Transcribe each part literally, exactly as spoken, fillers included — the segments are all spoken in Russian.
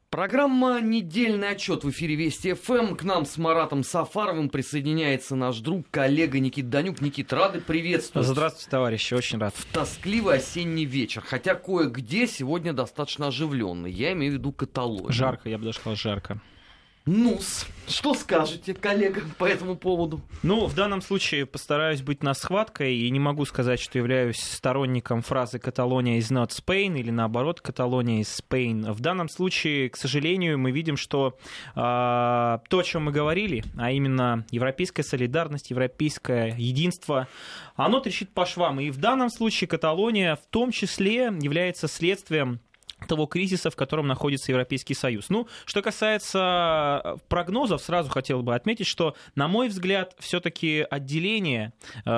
Программа «Недельный отчет» в эфире Вести ФМ. К нам с Маратом Сафаровым присоединяется наш друг, коллега Никит Данюк. Никит, рады приветствовать. Здравствуйте, товарищи, очень рад. В тоскливый осенний вечер, хотя кое-где сегодня достаточно оживленный. Я имею в виду Каталонию. Жарко, я бы даже сказал, жарко. Ну-с, что скажете, коллега, по этому поводу? Ну, в данном случае постараюсь быть на схваткой и не могу сказать, что являюсь сторонником фразы «Каталония is not Spain» или наоборот «Каталония is Spain». В данном случае, к сожалению, мы видим, что э, то, о чем мы говорили, а именно европейская солидарность, европейское единство, оно трещит по швам. И в данном случае Каталония в том числе является следствием того кризиса, в котором находится Европейский Союз. Ну, что касается прогнозов, сразу хотел бы отметить, что, на мой взгляд, все-таки отделение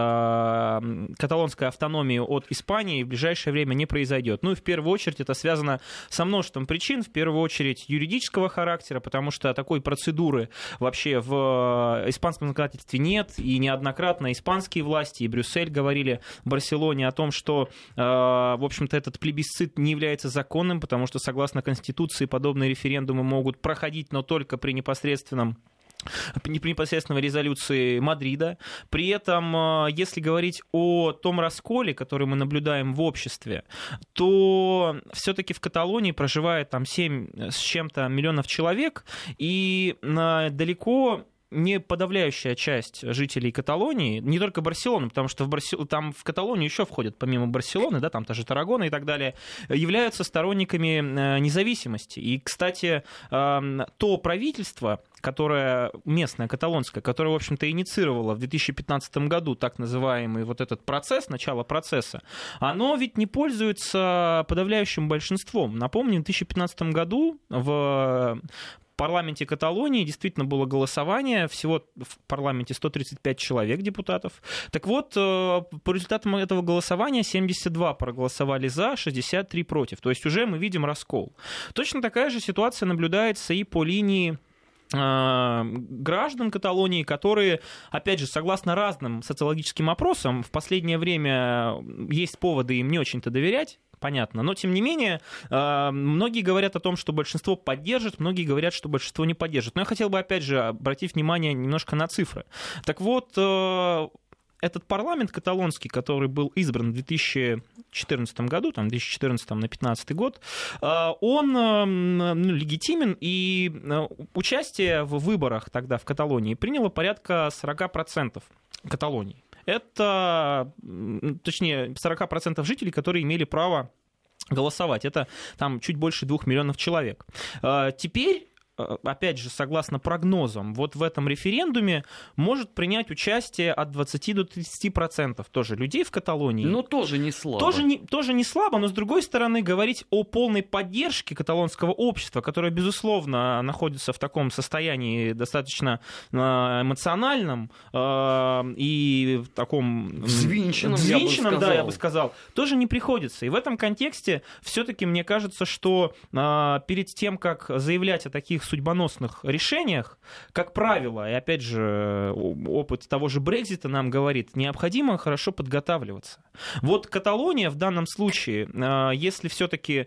э, каталонской автономии от Испании в ближайшее время не произойдет. Ну, и в первую очередь это связано со множеством причин, в первую очередь юридического характера, потому что такой процедуры вообще в испанском законодательстве нет, и неоднократно испанские власти и Брюссель говорили в Барселоне о том, что, э, в общем-то, этот плебисцит не является законным, потому что, согласно Конституции, подобные референдумы могут проходить, но только при непосредственном при непосредственной резолюции Мадрида. При этом, если говорить о том расколе, который мы наблюдаем в обществе, то все-таки в Каталонии проживает там семь с чем-то миллионов человек, и далеко не подавляющая часть жителей Каталонии, не только Барселоны, потому что в, Барсел... там в Каталонию еще входят, помимо Барселоны, да, там та же Таррагона и так далее, являются сторонниками независимости. И, кстати, то правительство, которое местное, каталонское, которое, в общем-то, инициировало в две тысячи пятнадцатом году так называемый вот этот процесс, начало процесса, оно ведь не пользуется подавляющим большинством. Напомню, в две тысячи пятнадцатом году в В парламенте Каталонии действительно было голосование, всего в парламенте сто тридцать пять человек, депутатов. Так вот, по результатам этого голосования семьдесят два проголосовали за, шестьдесят три против. То есть уже мы видим раскол. Точно такая же ситуация наблюдается и по линии граждан Каталонии, которые, опять же, согласно разным социологическим опросам, в последнее время есть поводы им не очень-то доверять, понятно, но тем не менее многие говорят о том, что большинство поддержит, многие говорят, что большинство не поддержит. Но я хотел бы, опять же, обратить внимание немножко на цифры. Так вот, этот парламент каталонский, который был избран в две тысячи четырнадцатом году, там, две тысячи четырнадцатом на две тысячи пятнадцатый год, он ну, легитимен, и участие в выборах тогда в Каталонии приняло порядка сорок процентов Каталонии. Это, точнее, сорок процентов жителей, которые имели право голосовать. Это там чуть больше двух миллионов человек. Теперь, опять же, согласно прогнозам, вот в этом референдуме может принять участие от двадцати до тридцати процентов тоже людей в Каталонии. Но тоже не слабо. Тоже не, тоже не слабо, но, с другой стороны, говорить о полной поддержке каталонского общества, которое, безусловно, находится в таком состоянии достаточно эмоциональном и в таком взвинченном, взвинченном, я бы да, я бы сказал, тоже не приходится. И в этом контексте все-таки мне кажется, что перед тем, как заявлять о таких судьбоносных решениях, как правило, и опять же опыт того же Брексита нам говорит, необходимо хорошо подготавливаться. Вот Каталония в данном случае, если все-таки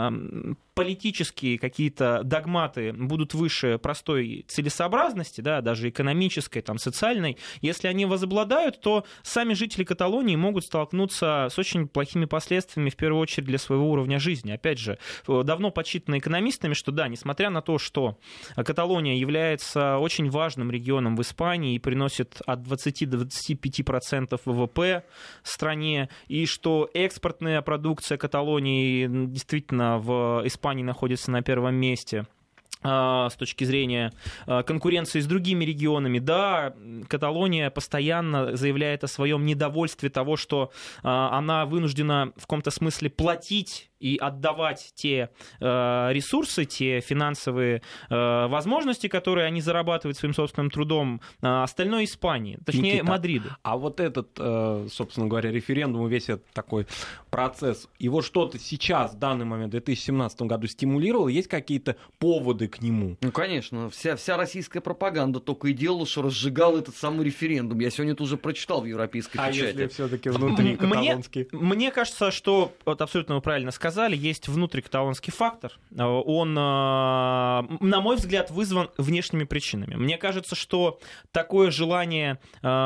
политические какие-то догматы будут выше простой целесообразности, да, даже экономической, там, социальной, если они возобладают, то сами жители Каталонии могут столкнуться с очень плохими последствиями, в первую очередь, для своего уровня жизни. Опять же, давно подсчитано экономистами, что да, несмотря на то, что Каталония является очень важным регионом в Испании и приносит от двадцати до двадцати пяти процентов ВВП стране, и что экспортная продукция Каталонии действительно в Испании находится на первом месте с точки зрения конкуренции с другими регионами. Да, Каталония постоянно заявляет о своем недовольстве того, что она вынуждена в каком-то смысле платить и отдавать те э, ресурсы, те финансовые э, возможности, которые они зарабатывают своим собственным трудом, э, остальной Испании, точнее, Никита, Мадриду. А вот этот, э, собственно говоря, референдум, весь этот такой процесс, его что-то сейчас, в данный момент, в две тысячи семнадцатом году стимулировало? Есть какие-то поводы к нему? Ну, конечно. Вся, вся российская пропаганда только и делала, что разжигала этот самый референдум. Я сегодня это уже прочитал в европейской а печати. А если все-таки внутри каталонский? Мне, мне кажется, что, вот абсолютно вы правильно сказали, сказали, есть внутрикаталонский фактор. Он, на мой взгляд, вызван внешними причинами. Мне кажется, что такое желание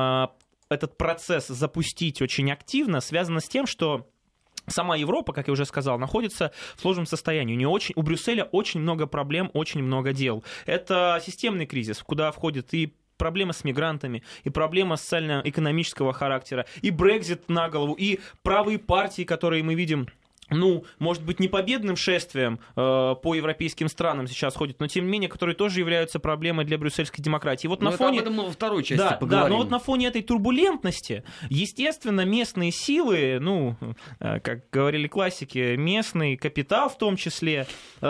этот процесс запустить очень активно связано с тем, что сама Европа, как я уже сказал, находится в сложном состоянии. У нее очень, у Брюсселя очень много проблем, очень много дел. Это системный кризис, куда входит и проблема с мигрантами, и проблема социально-экономического характера, и Брексит на голову, и правые партии, которые мы видим, ну, может быть, не победным шествием э, по европейским странам сейчас ходят, но тем не менее, которые тоже являются проблемой для брюссельской демократии. Вот но на фоне... об этом мы во второй части да, поговорим. Да, но вот на фоне этой турбулентности, естественно, местные силы, ну, э, как говорили классики, местный капитал в том числе,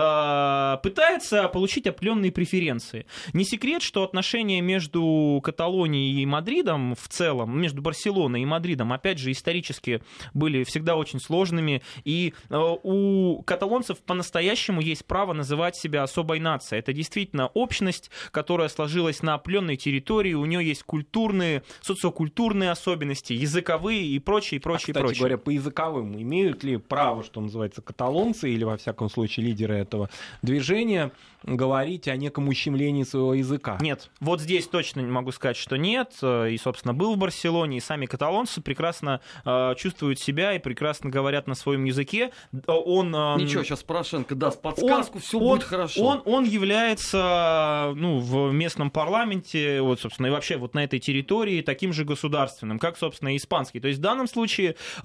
э, пытается получить определенные преференции. Не секрет, что отношения между Каталонией и Мадридом в целом, между Барселоной и Мадридом, опять же, исторически были всегда очень сложными, и у каталонцев по-настоящему есть право называть себя особой нацией. Это действительно общность, которая сложилась на определенной территории, у нее есть культурные, социокультурные особенности, языковые и прочее, и прочее, а, кстати прочее. говоря, по языковым имеют ли право, что называется, каталонцы или, во всяком случае, лидеры этого движения говорить о неком ущемлении своего языка? Нет, вот здесь точно не могу сказать, что нет. И, собственно, был в Барселоне, и сами каталонцы прекрасно э, чувствуют себя и прекрасно говорят на своем языке. Он, э, Ничего, сейчас Порошенко даст подсказку, все он, будет хорошо. Он, он является, ну, в местном парламенте, вот, собственно, и вообще вот на этой территории таким же государственным, как, собственно, и испанский. То есть в данном случае э,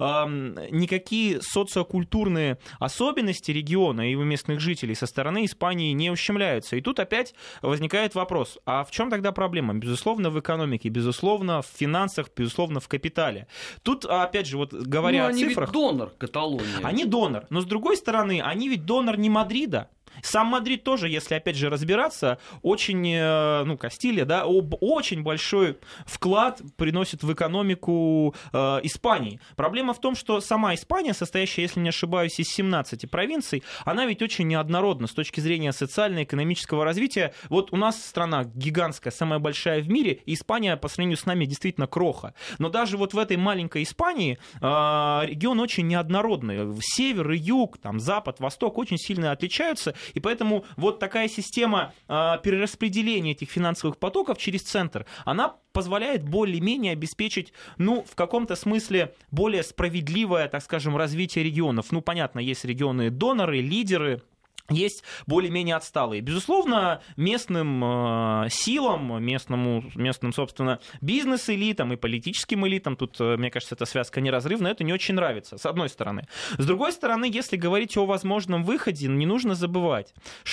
никакие социокультурные особенности региона и у местных жителей со стороны Испании не ущемляются. И тут опять возникает вопрос, а в чем тогда проблема? Безусловно, в экономике, безусловно, в финансах, безусловно, в капитале. Тут, опять же, вот говоря ну, о они цифрах... Ведь донор Каталонии. Они донор, но с другой стороны, они ведь донор не Мадрида. Сам Мадрид тоже, если опять же разбираться, очень, ну, Кастилья, да, очень большой вклад приносит в экономику э, Испании. Проблема в том, что сама Испания, состоящая, если не ошибаюсь, из семнадцати провинций, она ведь очень неоднородна с точки зрения социально-экономического развития. Вот у нас страна гигантская, самая большая в мире, и Испания по сравнению с нами действительно кроха. Но даже вот в этой маленькой Испании э, регион очень неоднородный. Север и юг, там, запад, восток очень сильно отличаются. И поэтому вот такая система э, перераспределения этих финансовых потоков через центр, она позволяет более-менее обеспечить, ну, в каком-то смысле более справедливое, так скажем, развитие регионов. Ну, понятно, есть регионы-доноры, лидеры, есть более-менее отсталые. Безусловно, местным э, силам, местному, местным, собственно, бизнес-элитам и политическим элитам, тут, э, мне кажется, эта связка неразрывна, это не очень нравится, с одной стороны. С другой стороны, если говорить о возможном выходе, не нужно забывать,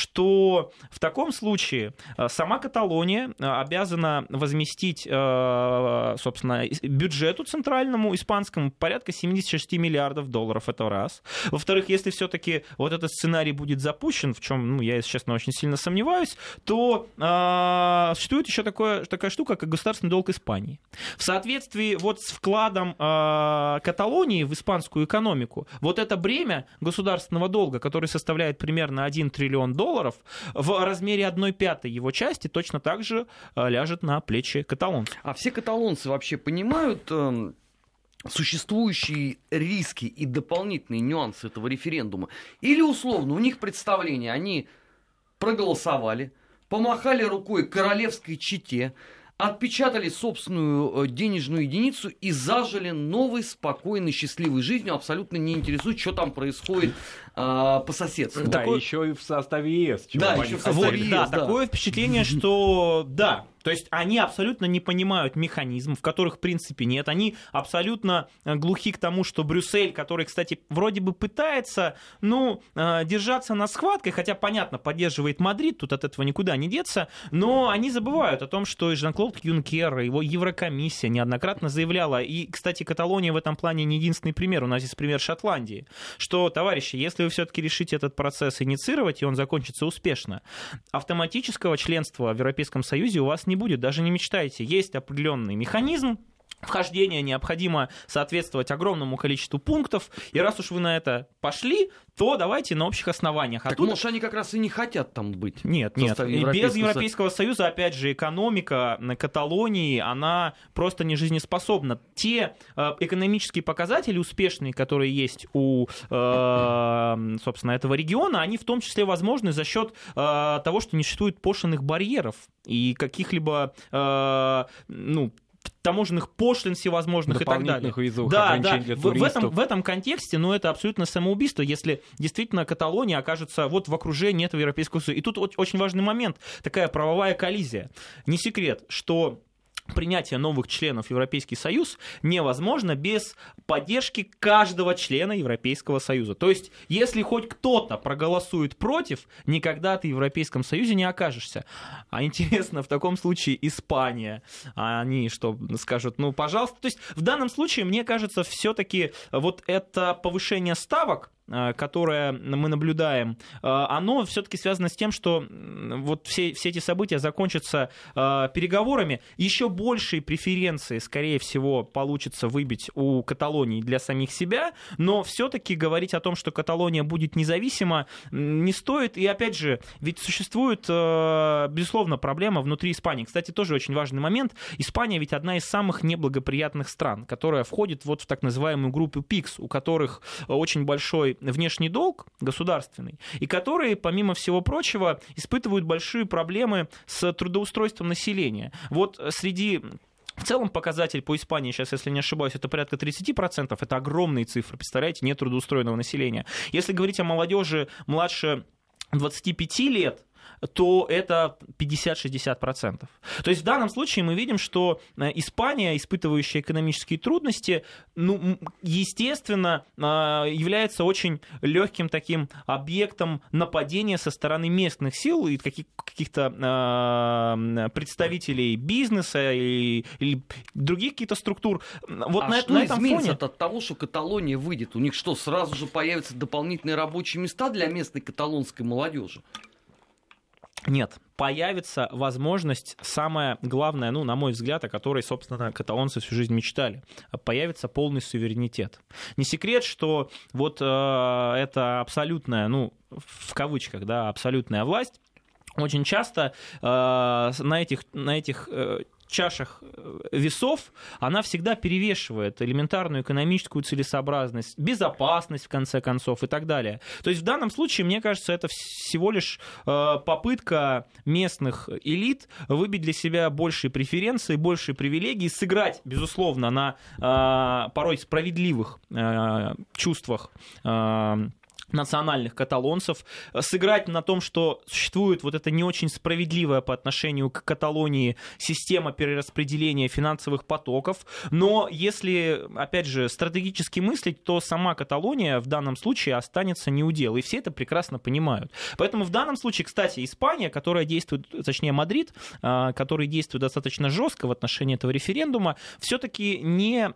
что в таком случае э, сама Каталония э, обязана возместить, э, собственно, бюджету центральному испанскому порядка семьдесят шесть миллиардов долларов, это раз. Во-вторых, если все-таки вот этот сценарий будет запущен, в чем, ну, я, если честно, очень сильно сомневаюсь, то э, существует еще такое, такая штука, как государственный долг Испании. В соответствии вот с вкладом э, Каталонии в испанскую экономику, вот это бремя государственного долга, который составляет примерно один триллион долларов, в размере одной пятой его части точно так же э, ляжет на плечи каталонцев. А все каталонцы вообще понимают... Э... существующие риски и дополнительные нюансы этого референдума? Или, условно, у них представление, они проголосовали, помахали рукой королевской чете, отпечатали собственную денежную единицу и зажили новой, спокойной, счастливой жизнью, абсолютно не интересует, что там происходит а, по соседству. Да, такое... еще и в составе ЕС. Да, еще в составе вот, ЕС, да, да. Такое впечатление, что да. То есть они абсолютно не понимают механизмов, которых в принципе нет. Они абсолютно глухи к тому, что Брюссель, который, кстати, вроде бы пытается, ну, держаться на схватке, хотя, понятно, поддерживает Мадрид, тут от этого никуда не деться, но они забывают о том, что и Жан-Клод Юнкер, его Еврокомиссия неоднократно заявляла, и, кстати, Каталония в этом плане не единственный пример, у нас есть пример Шотландии, что, товарищи, если вы все-таки решите этот процесс инициировать, и он закончится успешно, автоматического членства в Европейском Союзе у вас не будет, даже не мечтайте. Есть определенный механизм, вхождения необходимо соответствовать огромному количеству пунктов, и раз уж вы на это пошли, то давайте на общих основаниях. А так тут... может, они как раз и не хотят там быть? Нет, нет. Без Европейского Союза, опять же, экономика на Каталонии, она просто не жизнеспособна. Те э, экономические показатели успешные, которые есть у, э, собственно, этого региона, они в том числе возможны за счет э, того, что не существует пошлинных барьеров и каких-либо, э, ну, таможенных пошлин всевозможных и так далее. Визовых да, ограничений да. для В, туристов. в, этом, в этом контексте, ну, это абсолютно самоубийство, если действительно Каталония окажется вот в окружении этого Европейского Союза. И тут очень важный момент, такая правовая коллизия. Не секрет, что принятие новых членов в Европейский Союз невозможно без поддержки каждого члена Европейского Союза. То есть, если хоть кто-то проголосует против, никогда ты в Европейском Союзе не окажешься. А интересно, в таком случае Испания, они что, скажут, ну, пожалуйста. То есть, в данном случае, мне кажется, все-таки вот это повышение ставок, которое мы наблюдаем, оно все-таки связано с тем, что вот все, все эти события закончатся переговорами. Еще большие преференции, скорее всего, получится выбить у Каталонии для самих себя, но все-таки говорить о том, что Каталония будет независима, не стоит. И опять же, ведь существует, безусловно, проблема внутри Испании. Кстати, тоже очень важный момент. Испания ведь одна из самых неблагоприятных стран, которая входит вот в так называемую группу пикс, у которых очень большой внешний долг государственный, и которые, помимо всего прочего, испытывают большие проблемы с трудоустройством населения. Вот среди... В целом показатель по Испании, сейчас, если не ошибаюсь, это порядка тридцать процентов. Это огромные цифры, представляете, нетрудоустроенного населения. Если говорить о молодежи младше двадцати пяти лет, то это пятьдесят-шестьдесят процентов. То есть в данном случае мы видим, что Испания, испытывающая экономические трудности, ну, естественно, является очень легким таким объектом нападения со стороны местных сил и каких-то представителей бизнеса или, или других каких-то структур. Вот а на, что на этом изменится фоне... от того, что Каталония выйдет? У них что, сразу же появятся дополнительные рабочие места для местной каталонской молодежи? Нет, появится возможность, самое главное, ну, на мой взгляд, о которой, собственно, каталонцы всю жизнь мечтали, появится полный суверенитет. Не секрет, что вот э, это абсолютная, ну, в кавычках, да, абсолютная власть, очень часто э, на этих, на этих э, чашах весов она всегда перевешивает элементарную экономическую целесообразность, безопасность, в конце концов, и так далее. То есть в данном случае, мне кажется, это всего лишь э, попытка местных элит выбить для себя большие преференции, большие привилегии, сыграть, безусловно, на э, порой справедливых э, чувствах э, национальных каталонцев, сыграть на том, что существует вот эта не очень справедливая по отношению к Каталонии система перераспределения финансовых потоков. Но если, опять же, стратегически мыслить, то сама Каталония в данном случае останется неудел. И все это прекрасно понимают. Поэтому в данном случае, кстати, Испания, которая действует, точнее Мадрид, который действует достаточно жестко в отношении этого референдума, все-таки не,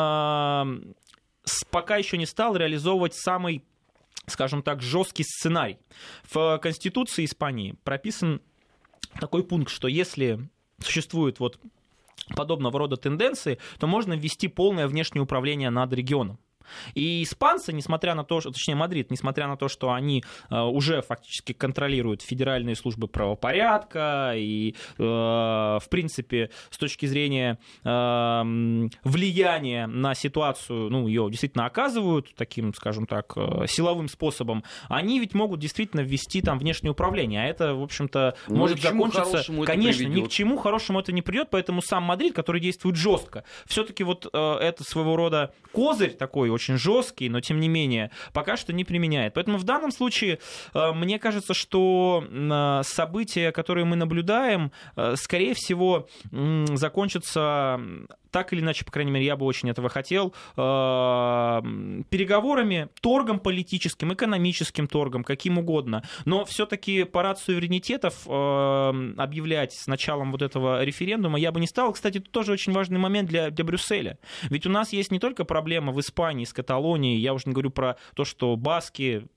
пока еще не стал реализовывать самый, скажем так, жесткий сценарий. В Конституции Испании прописан такой пункт, что если существует вот подобного рода тенденции, то можно ввести полное внешнее управление над регионом. И испанцы, несмотря на то, что, точнее Мадрид, несмотря на то, что они э, уже фактически контролируют федеральные службы правопорядка и, э, в принципе, с точки зрения э, влияния на ситуацию, ну, ее действительно оказывают таким, скажем так, э, силовым способом, они ведь могут действительно ввести там внешнее управление, а это, в общем-то, ну, может закончиться... Конечно, ни к чему хорошему это не придет, поэтому сам Мадрид, который действует жестко, все-таки вот э, это своего рода козырь такой, очень жесткий, но тем не менее пока что не применяет. Поэтому в данном случае мне кажется, что события, которые мы наблюдаем, скорее всего закончатся так или иначе, по крайней мере, я бы очень этого хотел, переговорами, торгом политическим, экономическим торгом, каким угодно. Но все-таки парад суверенитетов объявлять с началом вот этого референдума я бы не стал. Кстати, это тоже очень важный момент для, для Брюсселя. Ведь у нас есть не только проблема в Испании с Каталонией, я уже не говорю про то, что баски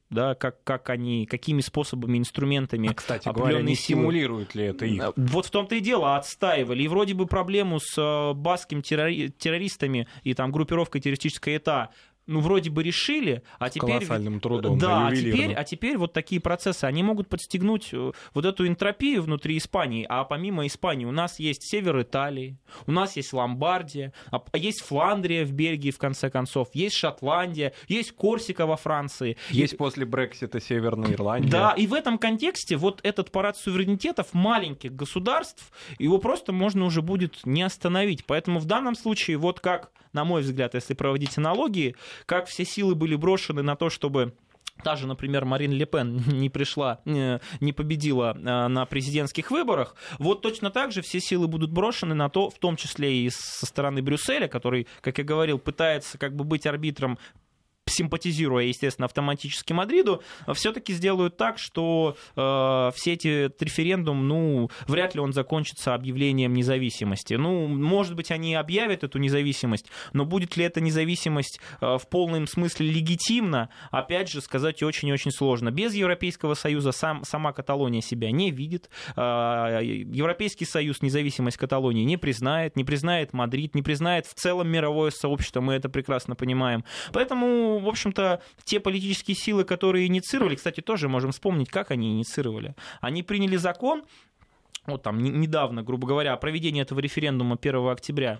да, как, как они, какими способами, инструментами, а, кстати говоря, не силы. стимулирует ли это их? Вот в том-то и дело, отстаивали. И вроде бы проблему с баскскими террористами и там группировкой террористической ЭТА ну, вроде бы решили, а с теперь... колоссальным трудом, да, да, а теперь, а теперь вот такие процессы, они могут подстегнуть вот эту энтропию внутри Испании, а помимо Испании у нас есть север Италии, у нас есть Ломбардия, есть Фландрия в Бельгии, в конце концов, есть Шотландия, есть Корсика во Франции. Есть и... после Брексита Северная Ирландия. Да, и в этом контексте вот этот парад суверенитетов маленьких государств, его просто можно уже будет не остановить. Поэтому в данном случае, вот как, на мой взгляд, если проводить аналогии, как все силы были брошены на то, чтобы та же, например, Марин Ле Пен не пришла, не победила на президентских выборах, вот точно так же все силы будут брошены на то, в том числе и со стороны Брюсселя, который, как я говорил, пытается как бы быть арбитром, симпатизируя, естественно, автоматически Мадриду, все-таки сделают так, что э, все эти референдум, ну, вряд ли он закончится объявлением независимости. Ну, может быть, они объявят эту независимость, но будет ли эта независимость э, в полном смысле легитимна, опять же, сказать очень-очень сложно. Без Европейского Союза сам, сама Каталония себя не видит. Э, Европейский Союз независимость Каталонии не признает, не признает Мадрид, не признает в целом мировое сообщество, мы это прекрасно понимаем. Поэтому в общем-то, те политические силы, которые инициировали, кстати, тоже можем вспомнить, как они инициировали. Они приняли закон, вот там недавно, грубо говоря, о проведении этого референдума первого октября,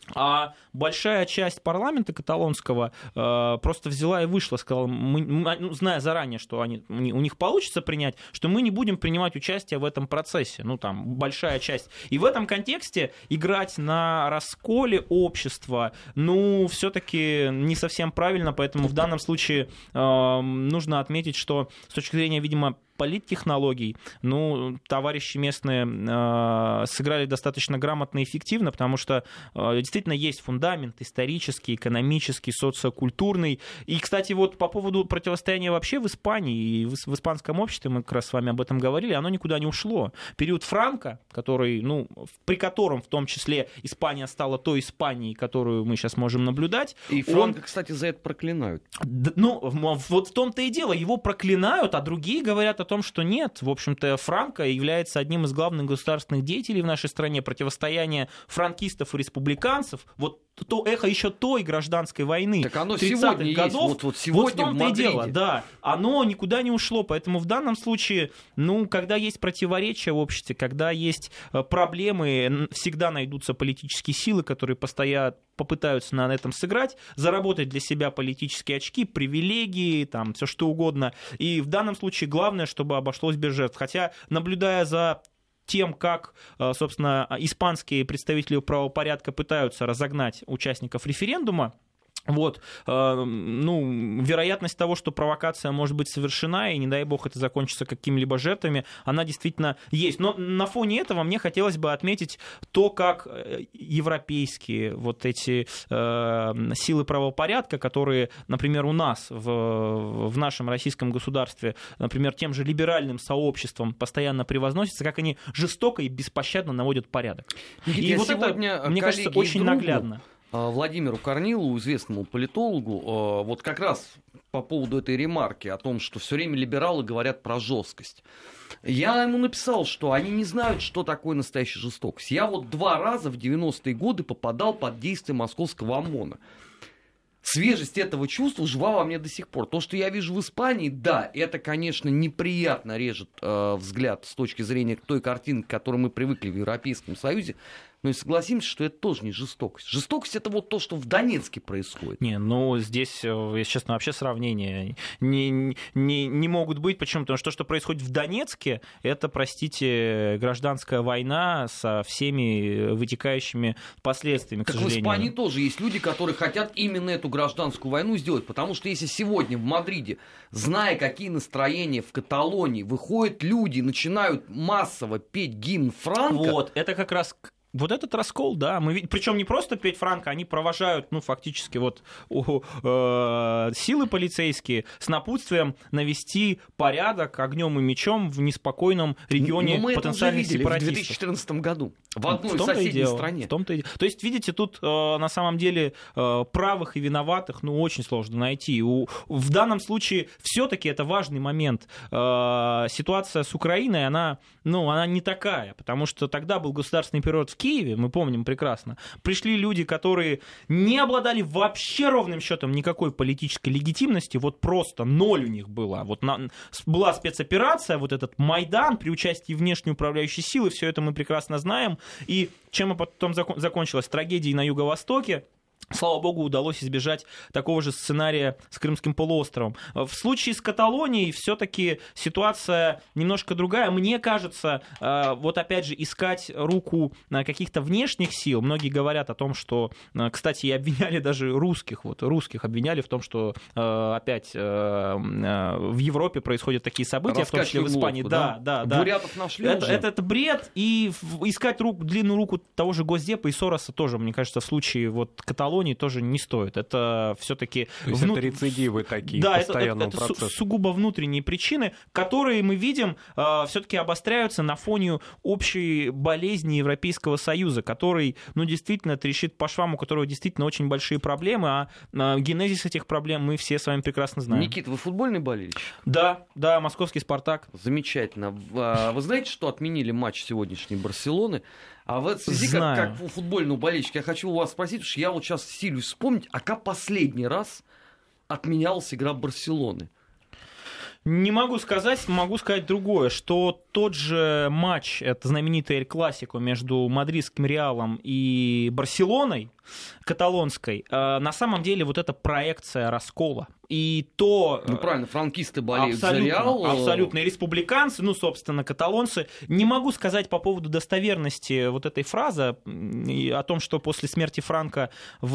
а большая часть парламента каталонского э, просто взяла и вышла, сказала, мы, ну, зная заранее, что они, у них получится принять, что мы не будем принимать участие в этом процессе. Ну, там, большая часть. И в этом контексте играть на расколе общества, ну, все-таки не совсем правильно, поэтому в данном случае э, нужно отметить, что с точки зрения, видимо, политтехнологий, ну, товарищи местные э, сыграли достаточно грамотно и эффективно, потому что э, действительно есть фундамент исторический, экономический, социокультурный. И, кстати, вот по поводу противостояния вообще в Испании и в, в испанском обществе, мы как раз с вами об этом говорили, оно никуда не ушло. Период Франко, который, ну, при котором в том числе Испания стала той Испанией, которую мы сейчас можем наблюдать. И Франко, он... кстати, за это проклинают. Да, ну, вот в том-то и дело, его проклинают, а другие говорят о том, что нет. В общем-то, Франко является одним из главных государственных деятелей в нашей стране. Противостояние франкистов и республиканцев, вот то эхо еще той гражданской войны так оно сегодня годов, есть. Вот, вот сегодня вот в том-то в Мадриде. И дело, да, оно никуда не ушло. Поэтому в данном случае, ну, когда есть противоречия в обществе, когда есть проблемы, всегда найдутся политические силы, которые постоянно попытаются на этом сыграть, заработать для себя политические очки, привилегии, там, все что угодно. И в данном случае главное, чтобы обошлось без жертв. Хотя, наблюдая за тем, как, собственно, испанские представители правопорядка пытаются разогнать участников референдума, вот, э, ну, вероятность того, что провокация может быть совершена, и не дай бог это закончится какими-либо жертвами, она действительно есть. Но на фоне этого мне хотелось бы отметить то, как европейские вот эти э, силы правопорядка, которые, например, у нас в, в нашем российском государстве, например, тем же либеральным сообществом постоянно превозносятся, как они жестоко и беспощадно наводят порядок. Никита, и вот это, мне кажется, очень другу... наглядно. Владимиру Корнилову, известному политологу, вот как раз по поводу этой ремарки о том, что все время либералы говорят про жесткость. Я ему написал, что они не знают, что такое настоящая жестокость. Я вот два раза в девяностые годы попадал под действие московского ОМОНа. Свежесть этого чувства жива во мне до сих пор. То, что я вижу в Испании, да, это, конечно, неприятно режет э, взгляд с точки зрения той картины, к которой мы привыкли в Европейском Союзе. Но и согласимся, что это тоже не жестокость. Жестокость — это вот то, что в Донецке происходит. Не, ну здесь, если честно, вообще сравнения не, не, не могут быть. Почему? Потому что то, что происходит в Донецке, это, простите, гражданская война со всеми вытекающими последствиями, к так сожалению. В Испании тоже есть люди, которые хотят именно эту гражданскую войну сделать. Потому что если сегодня в Мадриде, зная, какие настроения в Каталонии, выходят люди и начинают массово петь гимн Франко... Вот, это как раз... Вот этот раскол, да, мы видим, причем не просто Петь Франко, они провожают, ну, фактически вот о, э, силы полицейские с напутствием навести порядок огнем и мечом в неспокойном регионе Но мы потенциальных это уже видели сепаратистов. в две тысячи четырнадцатом году в одной в том-то соседней и дело, стране. В том-то и дело. То есть, видите, тут э, на самом деле э, правых и виноватых, ну, очень сложно найти. У, в данном случае все-таки это важный момент. Э, ситуация с Украиной, она, ну, она не такая, потому что тогда был государственный переворот в Киеве, мы помним прекрасно. Пришли люди, которые не обладали вообще ровным счетом никакой политической легитимности, вот просто ноль у них было. Вот на, была спецоперация, вот этот Майдан при участии внешней управляющей силы, все это мы прекрасно знаем. И чем потом закон, закончилось? Трагедией на Юго-Востоке. Слава богу, удалось избежать такого же сценария с Крымским полуостровом. В случае с Каталонией все-таки ситуация немножко другая. Мне кажется, вот опять же, искать руку каких-то внешних сил. Многие говорят о том, что, кстати, и обвиняли даже русских, вот русских обвиняли в том, что опять в Европе происходят такие события, в том числе в Испании. Лодку, да, да, да. Бурятов нашли это, уже. Это, это бред, и искать руку, длинную руку того же Госдепа и Сороса тоже, мне кажется, в случае вот Каталонии тоже не стоит. Это все-таки... Внут... это рецидивы такие, да, постоянного это, это, процесса. Это сугубо внутренние причины, которые мы видим э, все-таки обостряются на фоне общей болезни Европейского Союза, который, ну, действительно трещит по швам, у которого действительно очень большие проблемы, а э, генезис этих проблем мы все с вами прекрасно знаем. Никита, вы футбольный болельщик? Да, да, московский «Спартак». Замечательно. Вы знаете, что отменили матч сегодняшней Барселоны? А в этой связи, как, как у футбольного болельщика, я хочу у вас спросить, потому что я вот сейчас силюсь вспомнить, а как последний раз отменялась игра Барселоны? Не могу сказать, могу сказать другое, что тот же матч, это знаменитый Эль Классико между мадридским Реалом и Барселоной, каталонской, на самом деле вот это проекция раскола. И то... Ну, правильно, франкисты болеют за абсолютно, Реал. Абсолютно. И республиканцы, ну, собственно, каталонцы. Не могу сказать по поводу достоверности вот этой фразы о том, что после смерти Франко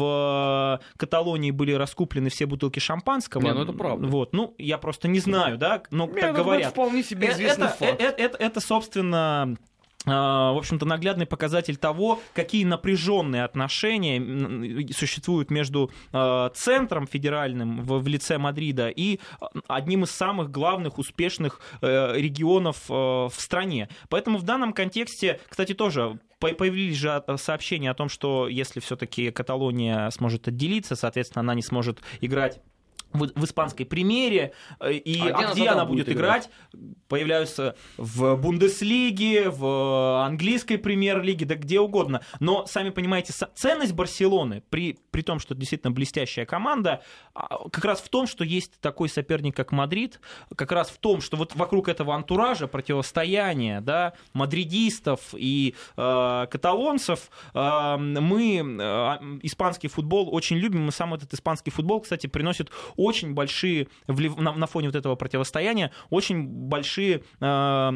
в Каталонии были раскуплены все бутылки шампанского. Не, ну это правда. Вот. Ну, я просто не знаю, да, но Не, так ну, говорят. Это вполне себе известный это, факт. Это, это, это, собственно... в общем-то, наглядный показатель того, какие напряженные отношения существуют между центром федеральным в лице Мадрида и одним из самых главных успешных регионов в стране. Поэтому в данном контексте, кстати, тоже появились же сообщения о том, что если все-таки Каталония сможет отделиться, соответственно, она не сможет играть в, в испанской премьере, и а, а где, где она будет играть? играть? Появляются в Бундеслиге, в английской премьер-лиге, да где угодно. Но, сами понимаете, ценность Барселоны, при, при том, что это действительно блестящая команда, как раз в том, что есть такой соперник, как Мадрид, как раз в том, что вот вокруг этого антуража, противостояния, да, мадридистов и э, каталонцев, э, мы э, испанский футбол очень любим, и сам этот испанский футбол, кстати, приносит очень большие, на фоне вот этого противостояния, очень большие э,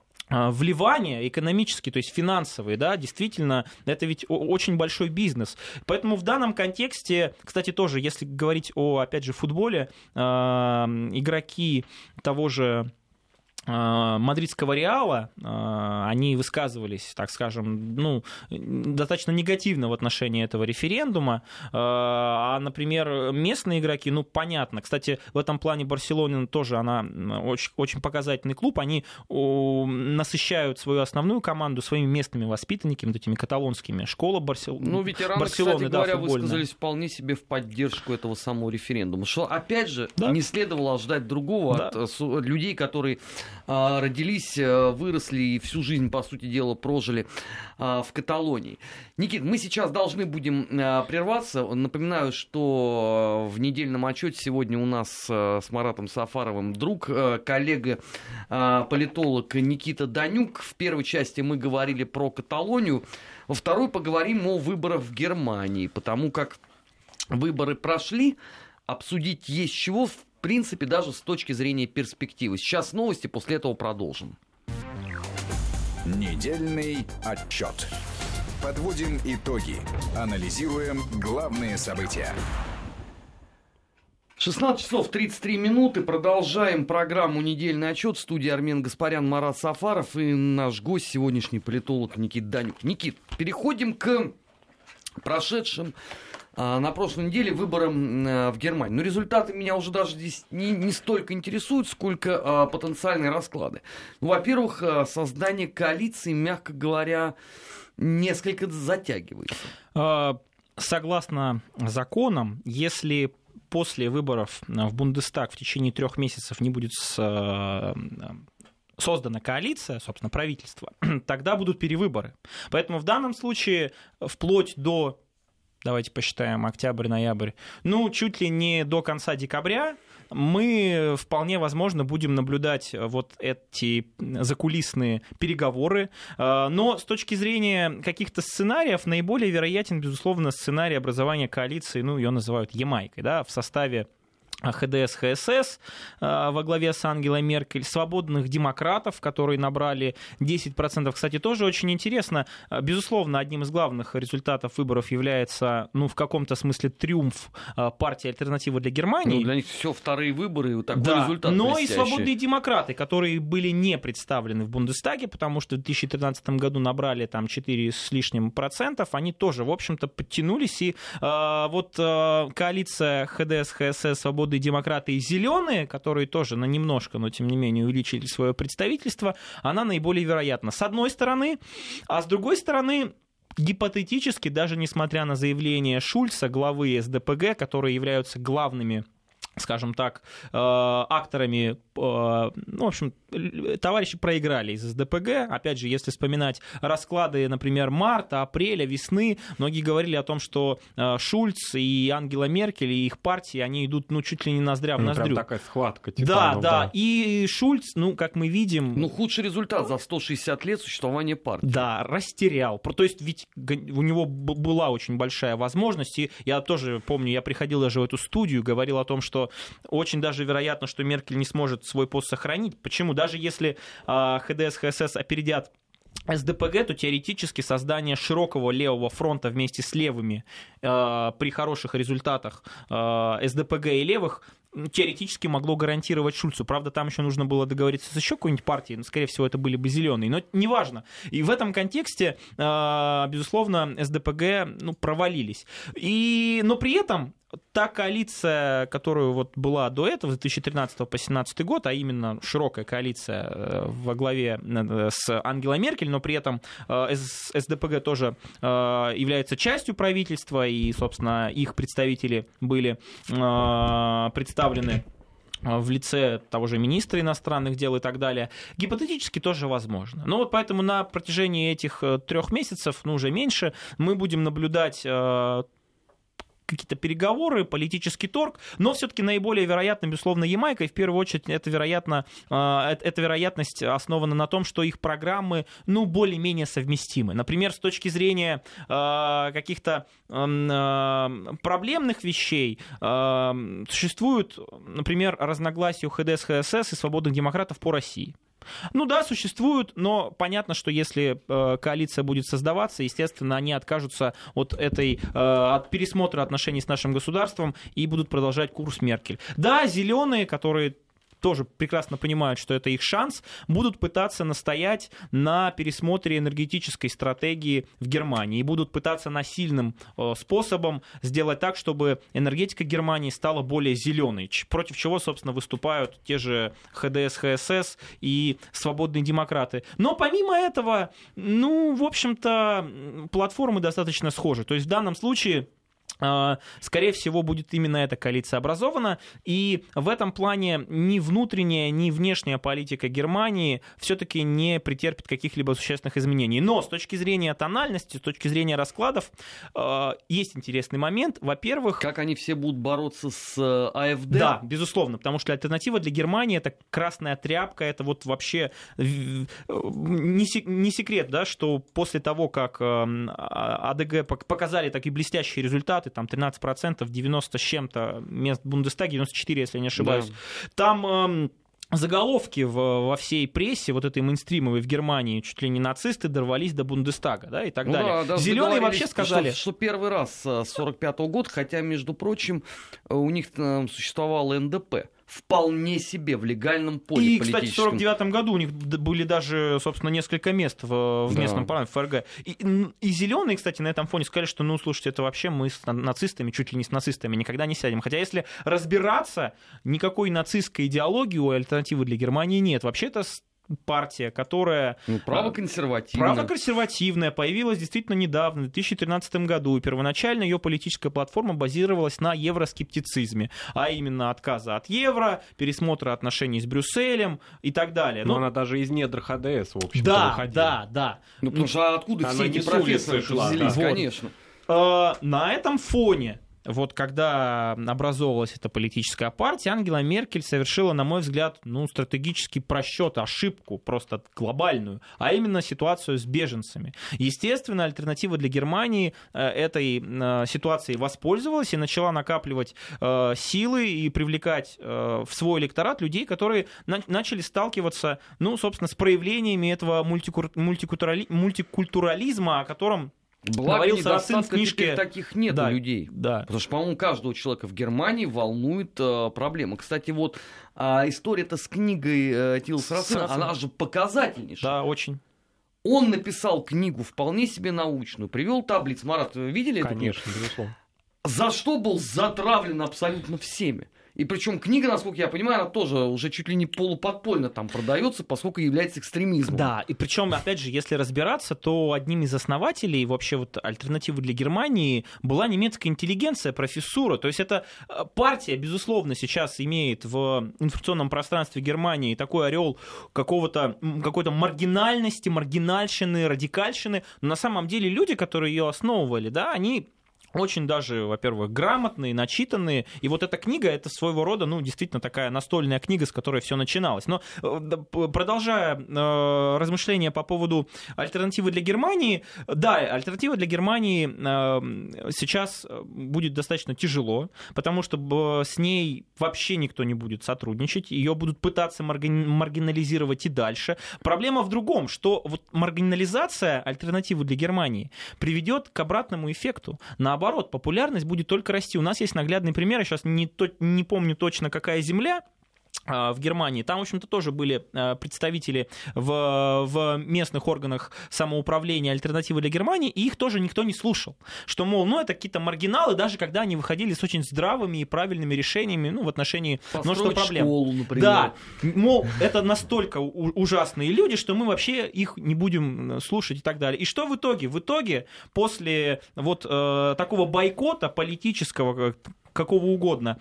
вливания экономические, то есть финансовые, да, действительно, это ведь очень большой бизнес. Поэтому в данном контексте, кстати, тоже, если говорить о, опять же, футболе, э, игроки того же мадридского Реала, они высказывались, так скажем, ну, достаточно негативно в отношении этого референдума, а, например, местные игроки, ну, понятно, кстати, в этом плане Барселона тоже, она очень, очень показательный клуб, они насыщают свою основную команду своими местными воспитанниками, вот этими каталонскими, школа Барсел... Ну, ветераны, Барселоны, кстати да, говоря, футбольная. высказались вполне себе в поддержку этого самого референдума, что, опять же, да. не следовало ждать другого да. от людей, которые родились, выросли и всю жизнь, по сути дела, прожили в Каталонии. Никит, мы сейчас должны будем прерваться. Напоминаю, что в недельном отчете сегодня у нас с Маратом Сафаровым друг, коллега, политолог Никита Данюк. В первой части мы говорили про Каталонию, во второй поговорим о выборах в Германии, потому как выборы прошли, обсудить есть чего, в В принципе, даже с точки зрения перспективы. Сейчас новости, после этого продолжим. Недельный отчет. Подводим итоги. Анализируем главные события. шестнадцать часов тридцать три минуты. Продолжаем программу «Недельный отчет». В студии Армен Гаспарян, Марат Сафаров и наш гость сегодняшний политолог Никит Данюк. Никит, переходим к прошедшим а, на прошлой неделе выборам а, в Германии. Но результаты меня уже даже здесь не, не столько интересуют, сколько а, потенциальные расклады. Ну, во-первых, а, создание коалиции, мягко говоря, несколько затягивается. Согласно законам, если после выборов в Бундестаг в течение трех месяцев не будет с, создана коалиция, собственно, правительство, тогда будут перевыборы. Поэтому в данном случае вплоть до, давайте посчитаем, октябрь-ноябрь, ну, чуть ли не до конца декабря, мы вполне возможно будем наблюдать вот эти закулисные переговоры. Но с точки зрения каких-то сценариев наиболее вероятен, безусловно, сценарий образования коалиции, ну, ее называют Ямайкой, да, в составе ХДС, ХСС во главе с Ангелой Меркель, свободных демократов, которые набрали десять процентов. Кстати, тоже очень интересно. Безусловно, одним из главных результатов выборов является, ну, в каком-то смысле триумф партии «Альтернатива для Германии». Ну, для них все вторые выборы, и вот такой да, результат но блестящий. И свободные демократы, которые были не представлены в Бундестаге, потому что в две тысячи тринадцатом году набрали там четыре с лишним процентов, они тоже, в общем-то, подтянулись. И э, вот э, коалиция ХДС, ХСС, свободные демократы и зеленые, которые тоже на немножко, но тем не менее увеличили свое представительство, она наиболее вероятна. С одной стороны, а с другой стороны, гипотетически, даже несмотря на заявление Шульца, главы СДПГ, которые являются главными, скажем так, акторами, ну, в общем, товарищи проиграли из СДПГ. Опять же, если вспоминать расклады, например, марта, апреля, весны, многие говорили о том, что Шульц и Ангела Меркель и их партии, они идут, ну, чуть ли не ноздря в ноздрю. Прям такая схватка Да, титанов, да, да. И Шульц, ну, как мы видим... Ну, худший результат за сто шестьдесят лет существования партии. Да, растерял. То есть ведь у него была очень большая возможность, и я тоже помню, я приходил даже в эту студию, говорил о том, что очень даже вероятно, что Меркель не сможет свой пост сохранить. Почему? Даже если э, ХДС, ХСС опередят СДПГ, то теоретически создание широкого левого фронта вместе с левыми э, при хороших результатах э, СДПГ и левых теоретически могло гарантировать Шульцу. Правда, там еще нужно было договориться с еще какой-нибудь партией, но, скорее всего, это были бы зеленые. Но неважно. И в этом контексте, э, безусловно, СДПГ ну, провалились. И, но при этом та коалиция, которая вот была до этого, с две тысячи тринадцатого по две тысячи семнадцатый год, а именно широкая коалиция во главе с Ангелой Меркель, но при этом СДПГ тоже является частью правительства, и, собственно, их представители были представлены в лице того же министра иностранных дел и так далее, гипотетически тоже возможно. Но вот поэтому на протяжении этих трех месяцев, ну уже меньше, мы будем наблюдать какие-то переговоры, политический торг, но все-таки наиболее вероятно, безусловно, Ямайка, и в первую очередь это, вероятно, эта вероятность основана на том, что их программы, ну, более-менее совместимы. Например, с точки зрения каких-то проблемных вещей существуют, например, разногласия у ХДС, ХСС и свободных демократов по России. Ну да, существуют, но понятно, что если э, коалиция будет создаваться, естественно, они откажутся от этой, э, от пересмотра отношений с нашим государством и будут продолжать курс Меркель. Да, зеленые, которые тоже прекрасно понимают, что это их шанс, будут пытаться настоять на пересмотре энергетической стратегии в Германии и будут пытаться насильным э, способом сделать так, чтобы энергетика Германии стала более зеленой, против чего, собственно, выступают те же ХДС, ХСС и свободные демократы. Но помимо этого, ну, в общем-то, платформы достаточно схожи. То есть в данном случае, скорее всего, будет именно эта коалиция образована, и в этом плане ни внутренняя, ни внешняя политика Германии все-таки не претерпит каких-либо существенных изменений. Но с точки зрения тональности, с точки зрения раскладов, есть интересный момент. Во-первых... Как они все будут бороться с АфД? Да, безусловно, потому что альтернатива для Германии — это красная тряпка, это вот вообще не секрет, да, что после того, как АДГ показали такие блестящие результаты, там тринадцать процентов, девяносто с чем-то мест в Бундестаге, девяносто четыре, если я не ошибаюсь. Да. Там заголовки в, во всей прессе, вот этой мейнстримовой в Германии, чуть ли не нацисты дорвались до Бундестага, да, и так ну далее. Да, Зеленые вообще сказали... Что, что первый раз с сорок пятого года, хотя, между прочим, у них там существовало эн дэ пэ. Вполне себе в легальном поле и, политическом. кстати, в сорок девятом году у них были даже, собственно, несколько мест в, в да. местном парламенте, в эф эр гэ. И, и зеленые, кстати, на этом фоне сказали, что, ну, слушайте, это вообще мы с нацистами, чуть ли не с нацистами, никогда не сядем. Хотя, если разбираться, никакой нацистской идеологии у альтернативы для Германии нет. Вообще, это партия, которая... Ну, правоконсервативная. Правоконсервативная, появилась действительно недавно, в две тысячи тринадцатом году. И первоначально ее политическая платформа базировалась на евроскептицизме, а именно отказа от евро, пересмотра отношений с Брюсселем и так далее. Но Но она даже из недр ха дэ эс, в общем-то, да, выходила. да, да. Ну, потому что откуда Она все не эти с улицы профессоры шла, взялись, да. конечно. Э, на этом фоне, вот когда образовалась эта политическая партия, Ангела Меркель совершила, на мой взгляд, ну, стратегический просчет, ошибку просто глобальную, а именно ситуацию с беженцами. Естественно, альтернатива для Германии э, этой э, ситуацией воспользовалась и начала накапливать э, силы и привлекать э, в свой электорат людей, которые на- начали сталкиваться, ну, собственно, с проявлениями этого мультикур- мультикультурали- мультикультурализма, о котором Благо, говорил Сарацин в недостатка книжке... теперь таких нет Да, у людей. да. Потому что, по-моему, каждого человека в Германии волнует э, проблема. Кстати, вот э, история-то с книгой э, Тила Сарацина, Сарацина. она же показательнейшая. Да, очень. Он написал книгу вполне себе научную, привел таблиц. Марат, вы видели эту книгу? Конечно, безусловно. За что был затравлен абсолютно всеми. И причем книга, насколько я понимаю, она тоже уже чуть ли не полуподпольно там продается, поскольку является экстремизмом. Да, и причем, опять же, если разбираться, то одним из основателей вообще вот альтернативы для Германии была немецкая интеллигенция, профессура. То есть эта партия, безусловно, сейчас имеет в информационном пространстве Германии такой орел какого-то, какой-то маргинальности, маргинальщины, радикальщины. Но на самом деле люди, которые ее основывали, да, они... очень даже, во-первых, грамотные, начитанные. И вот эта книга, это своего рода, ну, действительно такая настольная книга, с которой все начиналось. Но продолжая э, размышления по поводу альтернативы для Германии, да, альтернатива для Германии э, сейчас будет достаточно тяжело, потому что с ней вообще никто не будет сотрудничать, ее будут пытаться марги- маргинализировать и дальше. Проблема в другом, что вот маргинализация альтернативы для Германии приведет к обратному эффекту. Наоборот, Наоборот, популярность будет только расти. У нас есть наглядный пример, я сейчас не, то, не помню точно, какая земля в Германии. Там, в общем-то, тоже были представители в, в местных органах самоуправления альтернативы для Германии, и их тоже никто не слушал. Что, мол, ну, это какие-то маргиналы, даже когда они выходили с очень здравыми и правильными решениями, ну, в отношении множества проблем. Школу, например. Да, мол, это настолько у- ужасные люди, что мы вообще их не будем слушать и так далее. И что в итоге? В итоге, после вот э, такого бойкота политического, какого угодно,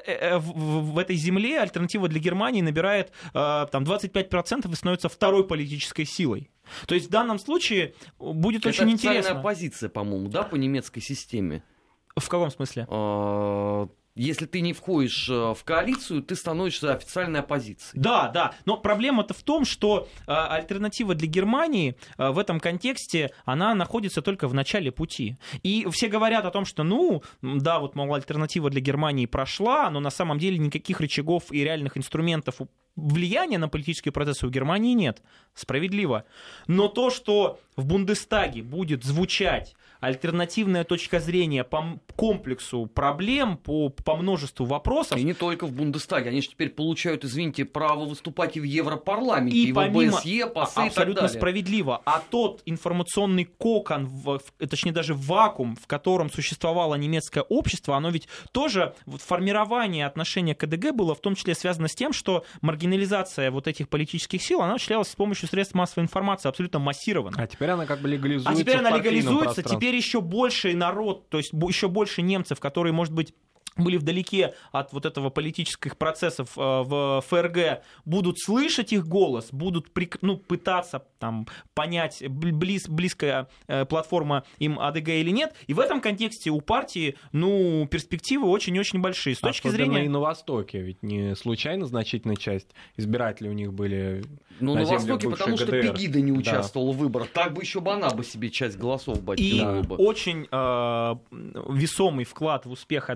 в этой земле альтернатива для Германии набирает там, двадцать пять процентов и становится второй политической силой. То есть в данном случае будет это очень интересно. Это официальная позиция, по-моему, да, по немецкой системе? В каком смысле? Если ты не входишь в коалицию, ты становишься официальной оппозицией. Да, да. Но проблема-то в том, что э, альтернатива для Германии э, в этом контексте, она находится только в начале пути. И все говорят о том, что, ну, да, вот, мол, альтернатива для Германии прошла, но на самом деле никаких рычагов и реальных инструментов влияния на политические процессы у Германии нет. Справедливо. Но то, что в Бундестаге будет звучать альтернативная точка зрения по комплексу проблем, по, по множеству вопросов. И не только в Бундестаге. Они же теперь получают, извините, право выступать и в Европарламенте, и, и помимо, в ОБСЕ, ПАСЕ и абсолютно так далее. справедливо. А тот информационный кокон, в, точнее даже вакуум, в котором существовало немецкое общество, оно ведь тоже, вот, формирование отношения к ка дэ гэ было в том числе связано с тем, что маргинализация вот этих политических сил, она осуществлялась с помощью средств массовой информации абсолютно массированно. А теперь она как бы легализуется. А теперь в она партийном легализуется, пространстве. теперь еще больший народ, то есть еще больше немцев, которые, может быть, были вдалеке от вот этого политических процессов э, в эф эр гэ, будут слышать их голос, будут ну, пытаться там, понять, близ, близкая э, платформа им а дэ гэ или нет. И в этом контексте у партии ну, перспективы очень-очень большие. С точки Особенно зрения... и на Востоке, ведь не случайно значительная часть избирателей у них были Ну, на, на землях Востоке, бывшей потому что гэ дэ эр. Пегида не Да. участвовала в выборах. Так бы еще бы она бы себе часть голосов бы И оттянула бы. очень э, весомый вклад в успех а дэ гэ внесла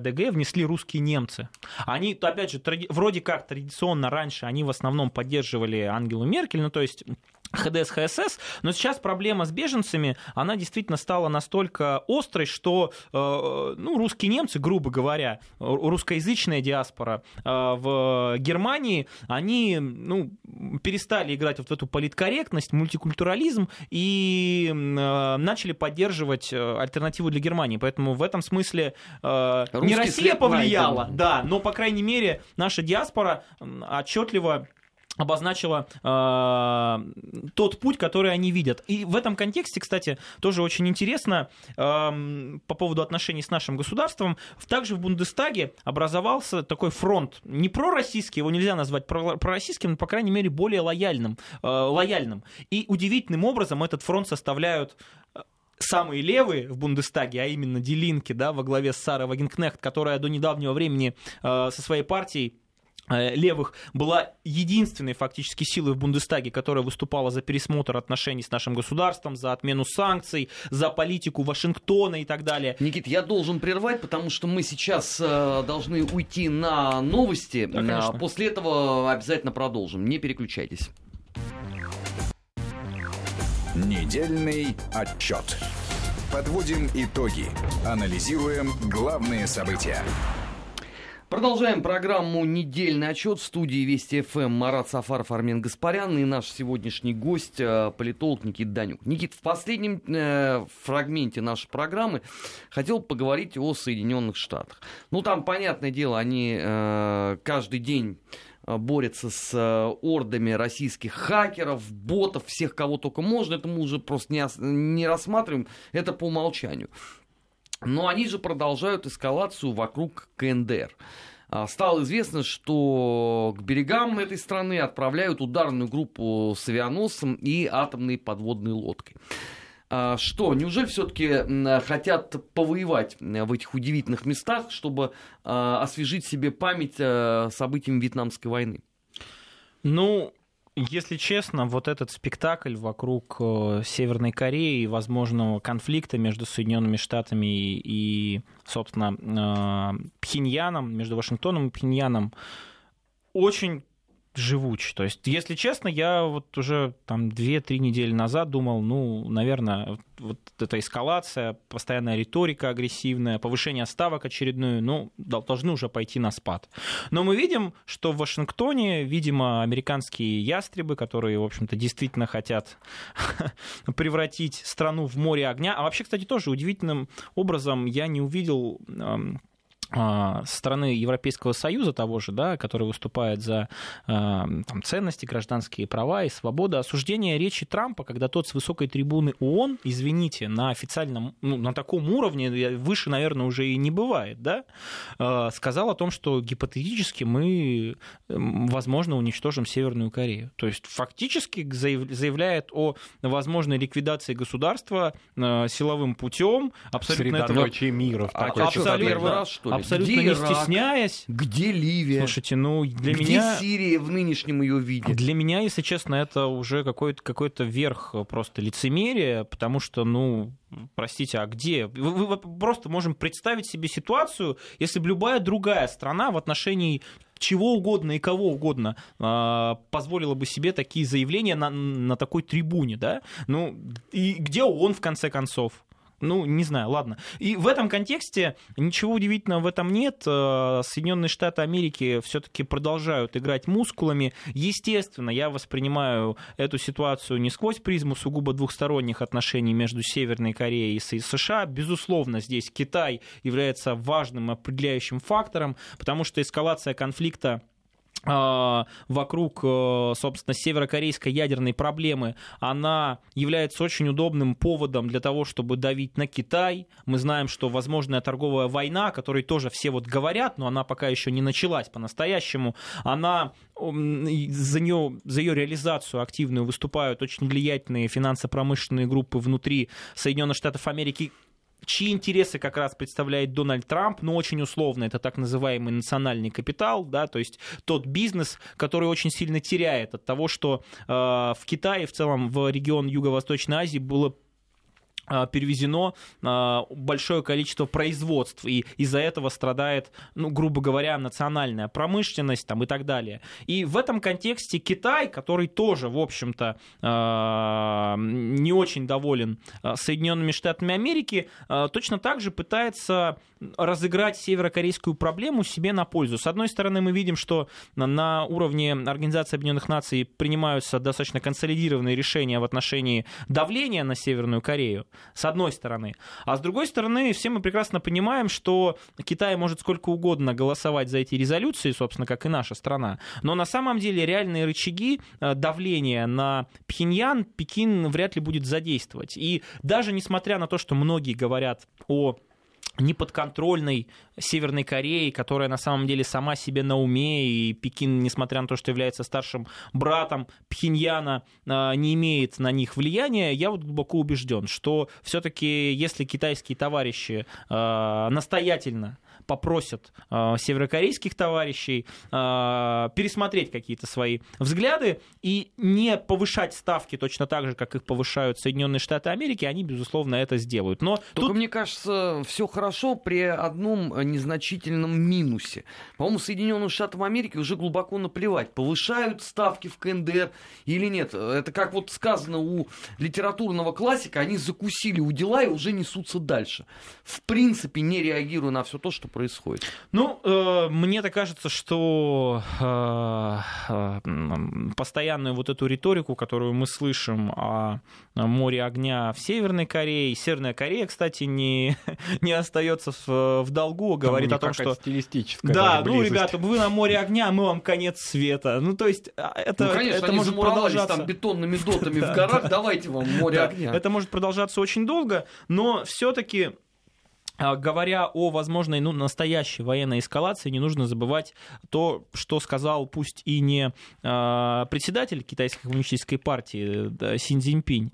внесли русские немцы. Они, опять же, тради... вроде как традиционно раньше они в основном поддерживали Ангелу Меркель, ну то есть ХДС, ХСС, но сейчас проблема с беженцами, она действительно стала настолько острой, что э, ну, русские немцы, грубо говоря, русскоязычная диаспора э, в Германии, они ну, перестали играть вот в эту политкорректность, мультикультурализм и э, начали поддерживать альтернативу для Германии. Поэтому в этом смысле э, не Россия повлияла, найден. Да, но, по крайней мере, наша диаспора отчетливо обозначила э, тот путь, который они видят. И в этом контексте, кстати, тоже очень интересно э, по поводу отношений с нашим государством. Также в Бундестаге образовался такой фронт, не пророссийский, его нельзя назвать пророссийским, но, по крайней мере, более лояльным. Э, лояльным. И удивительным образом этот фронт составляют самые левые в Бундестаге, а именно Die Linke, да, во главе с Сарой Вагенкнехт, которая до недавнего времени э, со своей партией левых была единственной фактически силой в Бундестаге, которая выступала за пересмотр отношений с нашим государством, за отмену санкций, за политику Вашингтона и так далее. Никит, я должен прервать, потому что мы сейчас э, должны уйти на новости. Да, после этого обязательно продолжим. Не переключайтесь. Недельный отчет. Подводим итоги. Анализируем главные события. Продолжаем программу «Недельный отчет». В студии Вести ФМ Марат Сафаров, Армен Гаспарян и наш сегодняшний гость, политолог Никита Данюк. Никит, в последнем э, фрагменте нашей программы хотел поговорить о Соединенных Штатах. Ну, там, понятное дело, они э, каждый день борются с э, ордами российских хакеров, ботов, всех, кого только можно. Это мы уже просто не, не рассматриваем, это по умолчанию. Но они же продолжают эскалацию вокруг КНДР. Стало известно, что к берегам этой страны отправляют ударную группу с авианосцем и атомной подводной лодкой. Что, неужели все-таки хотят повоевать в этих удивительных местах, чтобы освежить себе память событиями Вьетнамской войны? Ну... Если честно, вот этот спектакль вокруг Северной Кореи и возможного конфликта между Соединенными Штатами и, собственно, Пхеньяном, между Вашингтоном и Пхеньяном, очень живуч. То есть, если честно, я вот уже там две-три недели назад думал, ну, наверное, вот эта эскалация, постоянная риторика агрессивная, повышение ставок очередную, ну, должны уже пойти на спад. Но мы видим, что в Вашингтоне, видимо, американские ястребы, которые, в общем-то, действительно хотят превратить страну в море огня. А вообще, кстати, тоже удивительным образом я не увидел... со стороны Европейского Союза того же, да, который выступает за там, ценности, гражданские права и свободы, осуждение речи Трампа, когда тот с высокой трибуны ООН, извините, на официальном, ну, на таком уровне, выше, наверное, уже и не бывает, да, сказал о том, что гипотетически мы, возможно, уничтожим Северную Корею. То есть фактически заявляет о возможной ликвидации государства силовым путем, абсолютно Средоточие мира. А, а что, первый раз, что ли? Абсолютно где не Ирак? Стесняясь. Где Ливия? Слушайте, ну для где меня... Сирия в нынешнем ее виде? Для меня, если честно, это уже какой-то, какой-то верх просто лицемерия, потому что, ну, простите, а где? Вы, вы просто можем представить себе ситуацию, если бы любая другая страна в отношении чего угодно и кого угодно э, позволила бы себе такие заявления на, на такой трибуне, да? Ну, и где он, в конце концов? Ну, не знаю, ладно. И в этом контексте ничего удивительного в этом нет. Соединенные Штаты Америки все-таки продолжают играть мускулами. Естественно, я воспринимаю эту ситуацию не сквозь призму сугубо двухсторонних отношений между Северной Кореей и США. Безусловно, здесь Китай является важным определяющим фактором, потому что эскалация конфликта вокруг, собственно, северокорейской ядерной проблемы, она является очень удобным поводом для того, чтобы давить на Китай. Мы знаем, что возможная торговая война, о которой тоже все вот говорят, но она пока еще не началась по-настоящему, она, за нее, за ее реализацию активную выступают очень влиятельные финансово-промышленные группы внутри Соединенных Штатов Америки, чьи интересы как раз представляет Дональд Трамп, но очень условно, это так называемый национальный капитал, да, то есть тот бизнес, который очень сильно теряет от того, что э, в Китае, в целом в регион Юго-Восточной Азии было перевезено большое количество производств, и из-за этого страдает, ну, грубо говоря, национальная промышленность там, и так далее. И в этом контексте Китай, который тоже, в общем-то, не очень доволен Соединенными Штатами Америки, точно так же пытается разыграть северокорейскую проблему себе на пользу. С одной стороны, мы видим, что на уровне Организации Объединенных Наций принимаются достаточно консолидированные решения в отношении давления на Северную Корею, с одной стороны. А с другой стороны, все мы прекрасно понимаем, что Китай может сколько угодно голосовать за эти резолюции, собственно, как и наша страна. Но на самом деле реальные рычаги давления на Пхеньян Пекин вряд ли будет задействовать. И даже несмотря на то, что многие говорят о неподконтрольной Северной Кореи, которая на самом деле сама себе на уме, и Пекин, несмотря на то, что является старшим братом Пхеньяна, не имеет на них влияния, я вот глубоко убежден, что все-таки если китайские товарищи настоятельно попросят э, северокорейских товарищей э, пересмотреть какие-то свои взгляды и не повышать ставки точно так же, как их повышают Соединенные Штаты Америки, они, безусловно, это сделают. Но Только тут... мне кажется, все хорошо при одном незначительном минусе. По-моему, Соединенным Штатам Америки уже глубоко наплевать, повышают ставки в КНДР или нет. Это как вот сказано у литературного классика, они закусили у дела и уже несутся дальше. В принципе, не реагируя на все то, что происходит. Ну, э, мне-то кажется, что э, э, постоянную вот эту риторику, которую мы слышим о море огня в Северной Корее, Северная Корея, кстати, не, не остается в, в долгу, говорит о том, что... стилистическая да, ну, ребята, вы на море огня, мы вам конец света. Ну, то есть, это, ну, конечно, это они может продолжаться... там бетонными дотами в горах, давайте вам море огня. Это может продолжаться очень долго, но все-таки... Говоря о возможной, ну, настоящей военной эскалации, не нужно забывать то, что сказал пусть и не э, председатель Китайской коммунистической партии да, Си Цзиньпинь,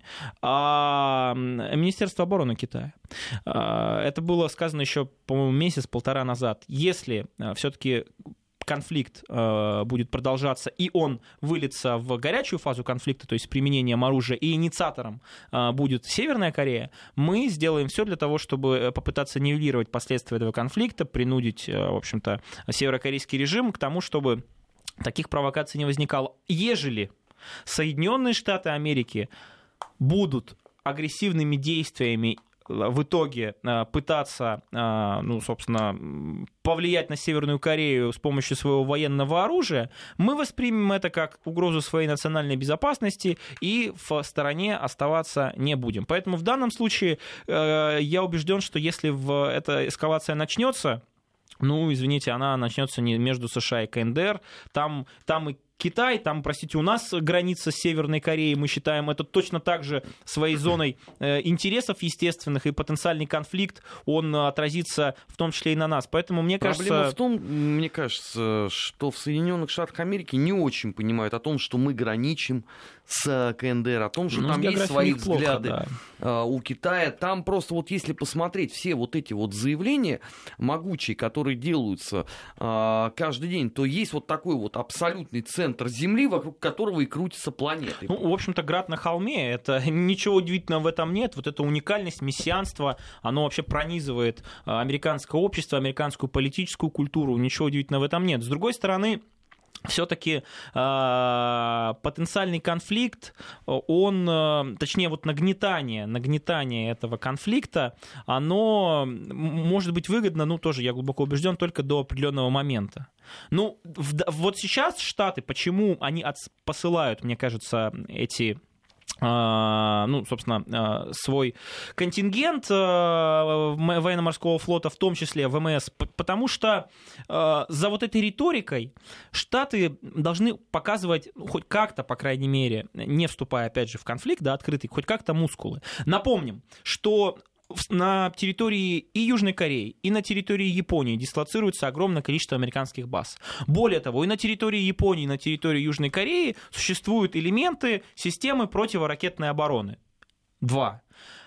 а Министерство обороны Китая. Э, это было сказано еще, по-моему, месяц-полтора назад. Если э, все-таки конфликт э, будет продолжаться, и он выльется в горячую фазу конфликта, то есть применением оружия, и инициатором э, будет Северная Корея, мы сделаем все для того, чтобы попытаться нивелировать последствия этого конфликта, принудить, э, в общем-то, северокорейский режим к тому, чтобы таких провокаций не возникало. Ежели Соединенные Штаты Америки будут агрессивными действиями в итоге пытаться, ну, собственно, повлиять на Северную Корею с помощью своего военного оружия, мы воспримем это как угрозу своей национальной безопасности и в стороне оставаться не будем. Поэтому в данном случае я убежден, что если эта эскалация начнется, ну, извините, она начнется не между США и КНДР, там, там и Китай, там, простите, у нас граница с Северной Кореей, мы считаем это точно так же своей зоной э, интересов естественных, и потенциальный конфликт, он отразится в том числе и на нас. Поэтому мне кажется... Проблема в том, мне кажется, что в Соединенных Штатах Америки не очень понимают о том, что мы граничим с КНДР, о том, что ну, там есть свои взгляды плохо, да. у Китая. Там просто вот если посмотреть все вот эти вот заявления могучие, которые делаются э, каждый день, то есть вот такой вот абсолютный центр центр Земли, вокруг которого и крутится планета. Ну, в общем-то, град на холме, это ничего удивительного в этом нет. Вот эта уникальность, мессианство, оно вообще пронизывает американское общество, американскую политическую культуру. Ничего удивительного в этом нет. С другой стороны, все-таки э, потенциальный конфликт, он, э, точнее, вот нагнетание, нагнетание этого конфликта, оно может быть выгодно, ну, тоже, я глубоко убежден, только до определенного момента. Ну, в, вот сейчас Штаты, почему они от, посылают, мне кажется, эти... ну, собственно, свой контингент военно-морского флота, в том числе ВМС, потому что за вот этой риторикой Штаты должны показывать, хоть как-то, по крайней мере, не вступая, опять же, в конфликт, да, открытый, хоть как-то мускулы. Напомним, что на территории и Южной Кореи, и на территории Японии дислоцируется огромное количество американских баз. Более того, и на территории Японии, и на территории Южной Кореи существуют элементы системы противоракетной обороны. Два.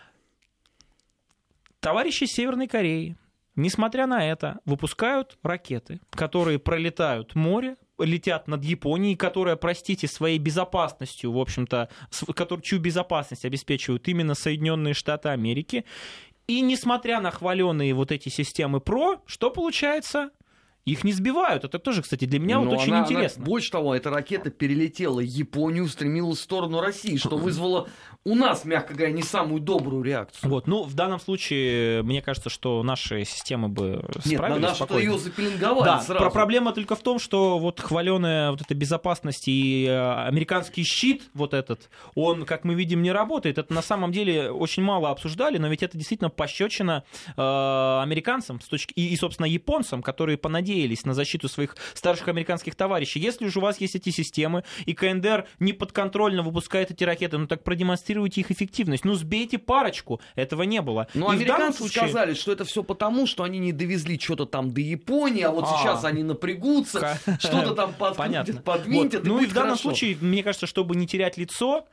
Товарищи Северной Кореи, несмотря на это, выпускают ракеты, которые пролетают море, летят над Японией, которая, простите, своей безопасностью, в общем-то, который, чью безопасность обеспечивают именно Соединенные Штаты Америки. И несмотря на хваленые вот эти системы ПРО, что получается? Их не сбивают. Это тоже, кстати, для меня Но вот очень она, интересно. Она, больше того, эта ракета перелетела Японию, устремилась в сторону России, что вызвало у нас, мягко говоря, не самую добрую реакцию. Вот, ну, в данном случае, мне кажется, что наши системы бы справились. Нет, на нашу-то ее запеленговали да, сразу. Про проблема только в том, что вот хваленая вот эта безопасность и американский щит вот этот, он, как мы видим, не работает. Это на самом деле очень мало обсуждали, но ведь это действительно пощечина э, американцам с точки, и, и, собственно, японцам, которые понадеялись на защиту своих старших американских товарищей. Если же у вас есть эти системы, и КНДР неподконтрольно выпускает эти ракеты, ну так продемонстрируйте их эффективность. Ну сбейте парочку. Этого не было. Но и американцы случае... сказали, что это все потому, что они не довезли что-то там до Японии, а вот а, сейчас они напрягутся, что-то там подкрутят, подвинтят. Вот. Ну и в данном случае, мне кажется, чтобы не терять лицо,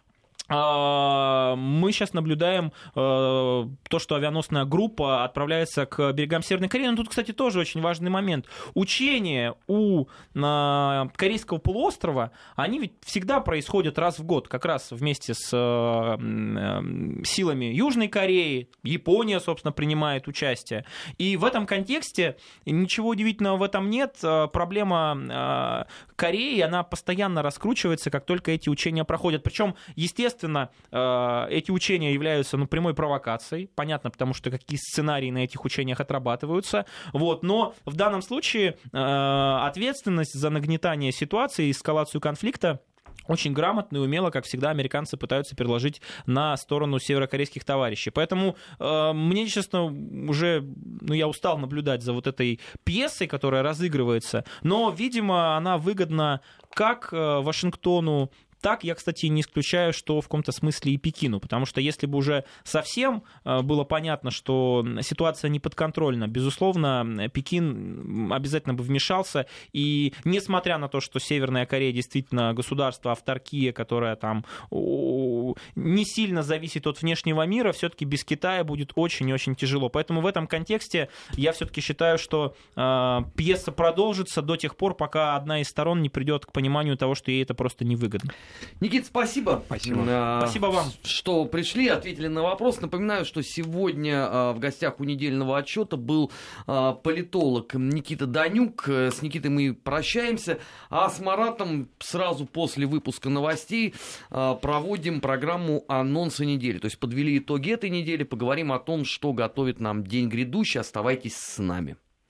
мы сейчас наблюдаем то, что авианосная группа отправляется к берегам Северной Кореи. Но тут, кстати, тоже очень важный момент. Учения у Корейского полуострова, они ведь всегда происходят раз в год, как раз вместе с силами Южной Кореи. Япония, собственно, принимает участие. И в этом контексте ничего удивительного в этом нет. Проблема Кореи, она постоянно раскручивается, как только эти учения проходят. Причем, естественно, Естественно, эти учения являются ну, прямой провокацией. Понятно, потому что какие сценарии на этих учениях отрабатываются. Вот. Но в данном случае ответственность за нагнетание ситуации, эскалацию конфликта очень грамотно и умело, как всегда, американцы пытаются переложить на сторону северокорейских товарищей. Поэтому э, мне, честно, уже ну, я устал наблюдать за вот этой пьесой, которая разыгрывается. Но, видимо, она выгодна как э, Вашингтону, так, я, кстати, не исключаю, что в каком-то смысле и Пекину, потому что если бы уже совсем было понятно, что ситуация неподконтрольна, безусловно, Пекин обязательно бы вмешался, и несмотря на то, что Северная Корея действительно государство авторкия, которое там не сильно зависит от внешнего мира, все-таки без Китая будет очень и очень тяжело. Поэтому в этом контексте я все-таки считаю, что э, пьеса продолжится до тех пор, пока одна из сторон не придет к пониманию того, что ей это просто невыгодно. Никита, спасибо. Спасибо. А, спасибо вам. Что пришли, ответили на вопрос. Напоминаю, что сегодня а, в гостях у недельного отчета был а, политолог Никита Данюк. С Никитой мы прощаемся. А с Маратом сразу после выпуска новостей а, проводим программу «Анонсы недели». То есть подвели итоги этой недели, поговорим о том, что готовит нам день грядущий. Оставайтесь с нами.